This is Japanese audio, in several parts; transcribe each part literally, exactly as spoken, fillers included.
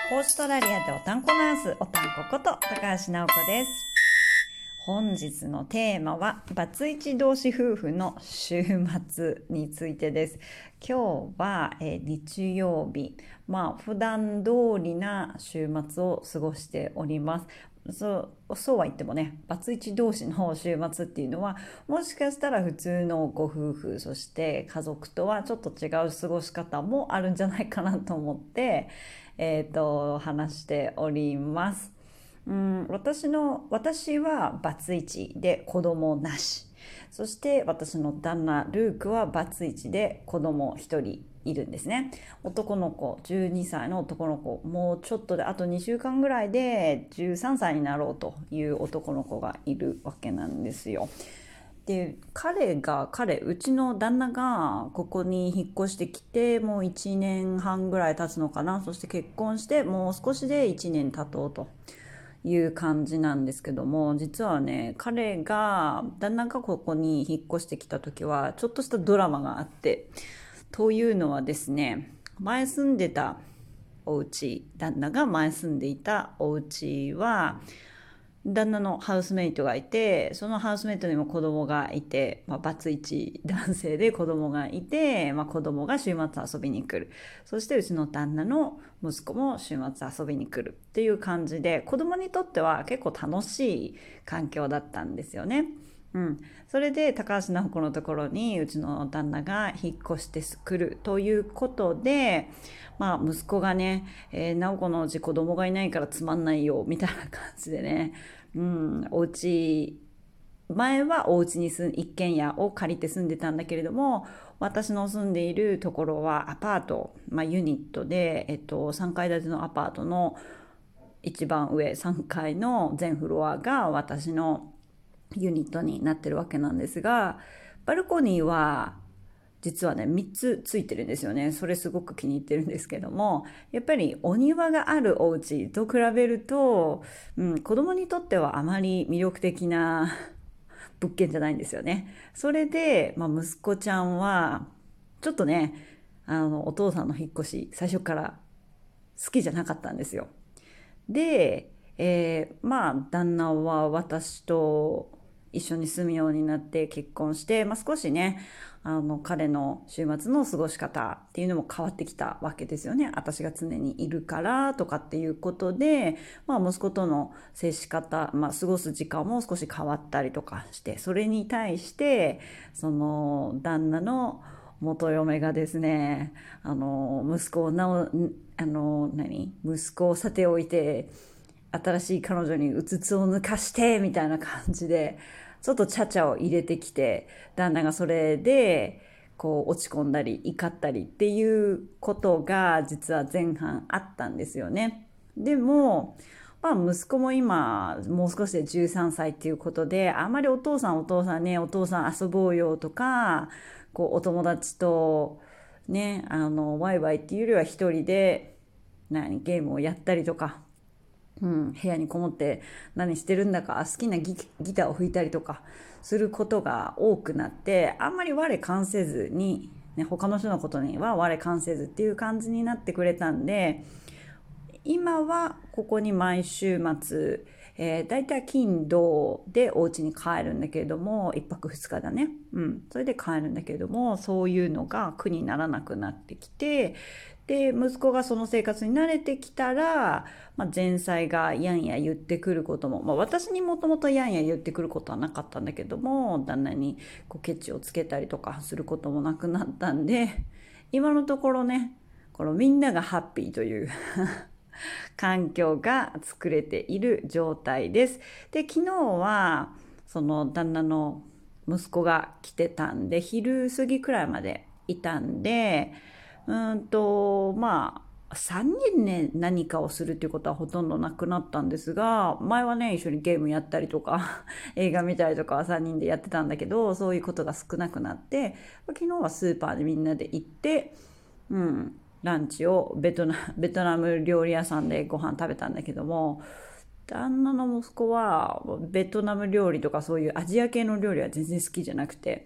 オーストラリアでおたんこナース、おたんここと高橋直子です。本日のテーマはバツイチ同士夫婦の週末についてです。今日は、えー日曜日、まあ普段通りな週末を過ごしております。そうそうは言ってもね、バツイチ同士の週末っていうのはもしかしたら普通のご夫婦、そして家族とはちょっと違う過ごし方もあるんじゃないかなと思って、えーと話しております。うん、私の私はバツイチで子供なし、そして私の旦那ルークはバツイチで子供ひとりいるんですね。男の子、じゅうにさいの男の子、もうちょっとであとにしゅうかんぐらいでじゅうさんさいになろうという男の子がいるわけなんですよ。で彼が彼うちの旦那がここに引っ越してきてもういちねんはんぐらい経つのかな。そして結婚してもう少しでいちねん経とうという感じなんですけども、実はね、彼が旦那がここに引っ越してきた時はちょっとしたドラマがあって、というのはですね、前住んでたお家旦那が前住んでいたお家は旦那のハウスメイトがいて、そのハウスメイトにも子供がいて、まあ、バツイチ男性で子供がいて、まあ、子供が週末遊びに来る。そしてうちの旦那の息子も週末遊びに来るっていう感じで、子供にとっては結構楽しい環境だったんですよね。うん、それで高橋直子のところにうちの旦那が引っ越してくるということで、まあ息子がね、えー、直子のうち子供がいないからつまんないよみたいな感じでね、うん、お家前はお家に住ん一軒家を借りて住んでたんだけれども、私の住んでいるところはアパート、まあ、ユニットで、えっと、さんかい建てのアパートの一番上さんがいの全フロアが私のユニットになってるわけなんですが、バルコニーは実はねみっつついてるんですよね。それすごく気に入ってるんですけども、やっぱりお庭があるお家と比べると、うん、子供にとってはあまり魅力的な物件じゃないんですよね。それで、まあ、息子ちゃんはちょっとね、あのお父さんの引っ越し最初から好きじゃなかったんですよ。で、えーまあ旦那は私と一緒に住むようになって結婚して、まあ、少しね、あの彼の週末の過ごし方っていうのも変わってきたわけですよね。私が常にいるからとかっていうことで、まあ、息子との接し方、まあ、過ごす時間も少し変わったりとかして、それに対してその旦那の元嫁がですね、あの息子をなおあの何息子をさておいて新しい彼女にうつつを抜かしてみたいな感じでちょっとちゃちゃを入れてきて、旦那がそれでこう落ち込んだり怒ったりっていうことが実は前半あったんですよね。でもまあ息子も今もう少しでじゅうさんさいっていうことで、あんまりお父さんお父さんね、お父さん遊ぼうよとか、こうお友達とね、あのワイワイっていうよりは一人で何ゲームをやったりとか、うん、部屋にこもって何してるんだか好きなギ、ギターを吹いたりとかすることが多くなって、あんまり我関せずに、ね、他の人のことには我関せずっていう感じになってくれたんで、今はここに毎週末、えー、だいたい金土でお家に帰るんだけれども、いっぱくふつかだね、うん、それで帰るんだけれども、そういうのが苦にならなくなってきて、で息子がその生活に慣れてきたら、まあ、前妻がやんや言ってくることも、まあ、私にもともとやんや言ってくることはなかったんだけども、旦那にこうケチをつけたりとかすることもなくなったんで、今のところね、このみんながハッピーという環境が作れている状態です。で、昨日はその旦那の息子が来てたんで、昼過ぎくらいまでいたんで、うんとまあさんにんで何かをするっていうことはほとんどなくなったんですが、前はね一緒にゲームやったりとか映画見たりとかはさんにんでやってたんだけど、そういうことが少なくなって、昨日はスーパーでみんなで行って、うん、ランチをベトナ、ベトナム料理屋さんでご飯食べたんだけども、旦那の息子はベトナム料理とかそういうアジア系の料理は全然好きじゃなくて、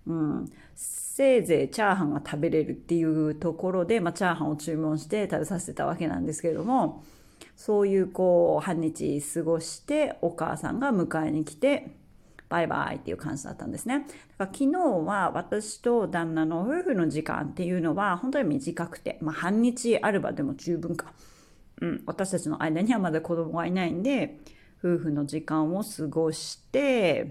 うん、せいぜいチャーハンが食べれるっていうところで、まあ、チャーハンを注文して食べさせてたわけなんですけれども、そういうこう半日過ごしてお母さんが迎えに来てバイバイっていう感じだったんですね。だから昨日は私と旦那の夫婦の時間っていうのは本当に短くて、まあ、半日あればでも十分か、うん、私たちの間にはまだ子供がいないんで夫婦の時間を過ごして、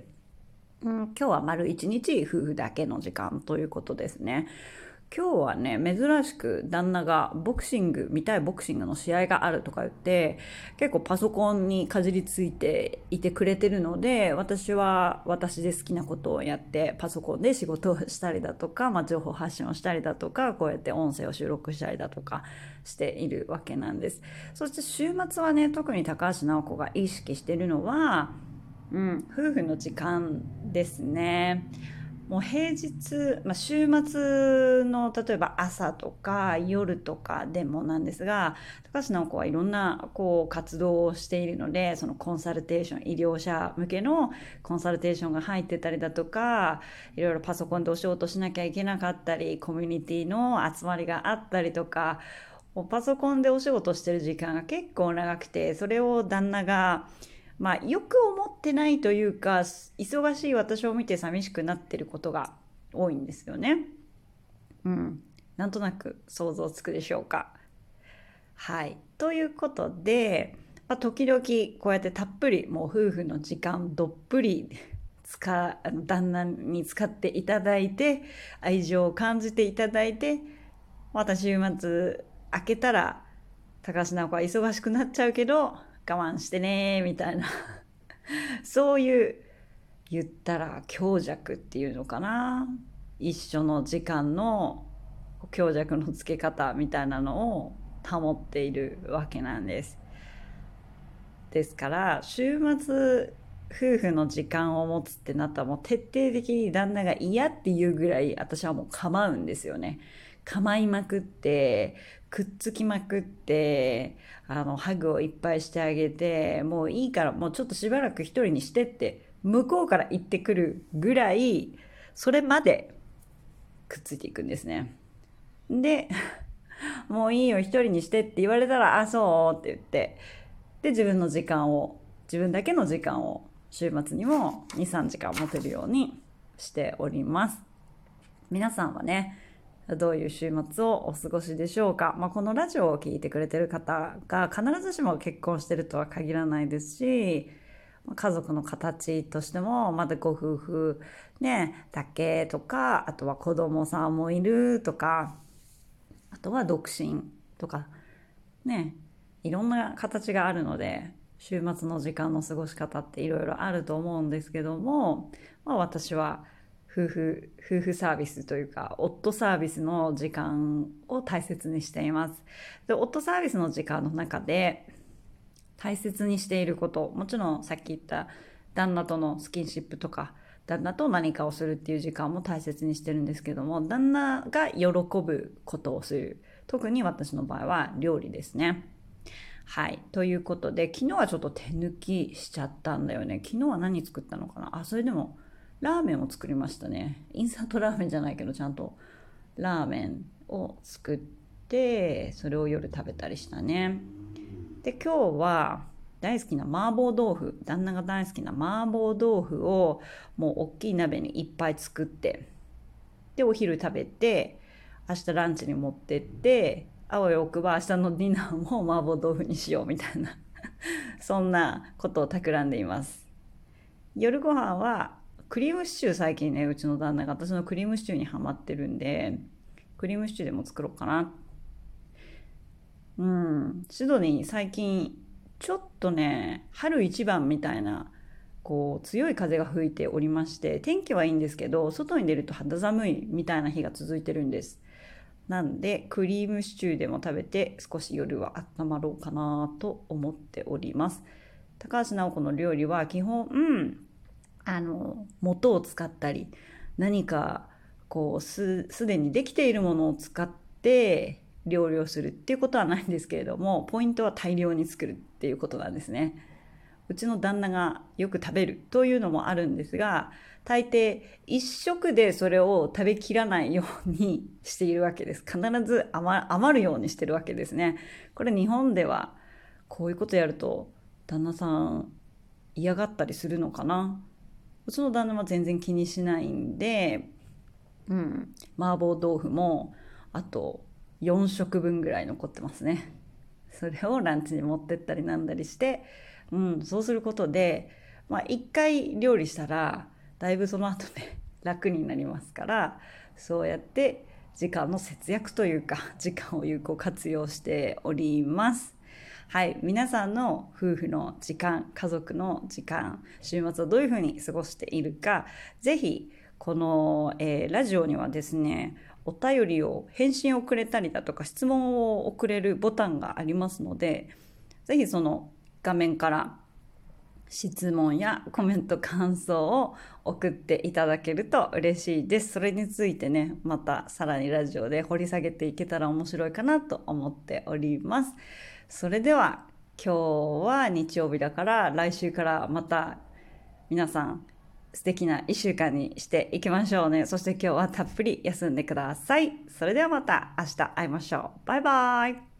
うん、今日は丸一日夫婦だけの時間ということですね。今日はね、珍しく旦那がボクシング、見たいボクシングの試合があるとか言って、結構パソコンにかじりついていてくれてるので、私は私で好きなことをやって、パソコンで仕事をしたりだとか、まあ、情報発信をしたりだとか、こうやって音声を収録したりだとかしているわけなんです。そして週末はね、特に高橋尚子が意識してるのは、うん、夫婦の時間ですね。もう平日、まあ、週末の例えば朝とか夜とかでもなんですが、高橋直子はいろんなこう活動をしているので、そのコンサルテーション、医療者向けのコンサルテーションが入ってたりだとか、いろいろパソコンでお仕事しなきゃいけなかったり、コミュニティの集まりがあったりとか、もうパソコンでお仕事してる時間が結構長くて、それを旦那がまあ、よく思ってないというか、忙しい私を見て寂しくなってることが多いんですよね。うん。なんとなく想像つくでしょうか。はい。ということで、まあ、時々こうやってたっぷりもう夫婦の時間どっぷり使あの旦那に使っていただいて、愛情を感じていただいて、また週末明けたら高橋直子は忙しくなっちゃうけど我慢してねみたいなそういう言ったら強弱っていうのかな、一緒の時間の強弱のつけ方みたいなのを保っているわけなんです。ですから週末夫婦の時間を持つってなったらもう徹底的に旦那が嫌っていうぐらい私はもう構うんですよね。構いまくってくっつきまくってあのハグをいっぱいしてあげて、もういいからもうちょっとしばらく一人にしてって向こうから言ってくるぐらい、それまでくっついていくんですね。でもういいよ一人にしてって言われたらあそうって言って、で自分の時間を自分だけの時間を週末にもにさんじかん持てるようにしております。皆さんはねどういう週末をお過ごしでしょうか。まあ、このラジオを聞いてくれてる方が必ずしも結婚してるとは限らないですし、家族の形としてもまだご夫婦ねだけとか、あとは子供さんもいるとか、あとは独身とかね、いろんな形があるので週末の時間の過ごし方っていろいろあると思うんですけども、まあ、私は夫婦夫婦サービスというか夫サービスの時間を大切にしています。で夫サービスの時間の中で大切にしていること、もちろんさっき言った旦那とのスキンシップとか旦那と何かをするっていう時間も大切にしてるんですけども、旦那が喜ぶことをする、特に私の場合は料理ですね。はい。ということで、昨日はちょっと手抜きしちゃったんだよね。昨日は何作ったのかなあ、それでもラーメンを作りましたね。インスタントラーメンじゃないけど、ちゃんとラーメンを作って、それを夜食べたりしたね。で、今日は大好きな麻婆豆腐、旦那が大好きな麻婆豆腐をもう大きい鍋にいっぱい作って、で、お昼食べて、明日ランチに持ってって、あわよくば明日のディナーも麻婆豆腐にしようみたいなそんなことを企んでいます。夜ご飯はクリームシチュー、最近ねうちの旦那が私のクリームシチューにハマってるんで、クリームシチューでも作ろうかな。うん、シドニー最近ちょっとね春一番みたいなこう強い風が吹いておりまして、天気はいいんですけど外に出ると肌寒いみたいな日が続いてるんです。なんでクリームシチューでも食べて少し夜は温まろうかなと思っております。高橋直子の料理は基本、うん、あの元を使ったり何かこうすすでにできているものを使って料理をするっていうことはないんですけれども、ポイントは大量に作るっていうことなんですね。 うちの旦那がよく食べるというのもあるんですが、大抵一食でそれを食べきらないようにしているわけです。必ず余余るようにしてるわけですね。これ日本ではこういうことやると旦那さん嫌がったりするのかな。うちの旦那は全然気にしないんで、うん、麻婆豆腐もあとよん食分ぐらい残ってますね。それをランチに持ってったりなんだりして、うん、そうすることで、まあ、いっかい料理したらだいぶその後ね楽になりますから、そうやって時間の節約というか時間を有効活用しております。はい、皆さんの夫婦の時間、家族の時間、週末をどういうふうに過ごしているか、ぜひこの、えーラジオにはですね、お便りを返信をくれたりだとか質問を送れるボタンがありますので、ぜひその画面から質問やコメント感想を送っていただけると嬉しいです。それについてね、またさらにラジオで掘り下げていけたら面白いかなと思っております。それでは今日は日曜日だから、来週からまた皆さん素敵ないっしゅうかんにしていきましょうね。そして今日はたっぷり休んでください。それではまた明日会いましょう。バイバイ。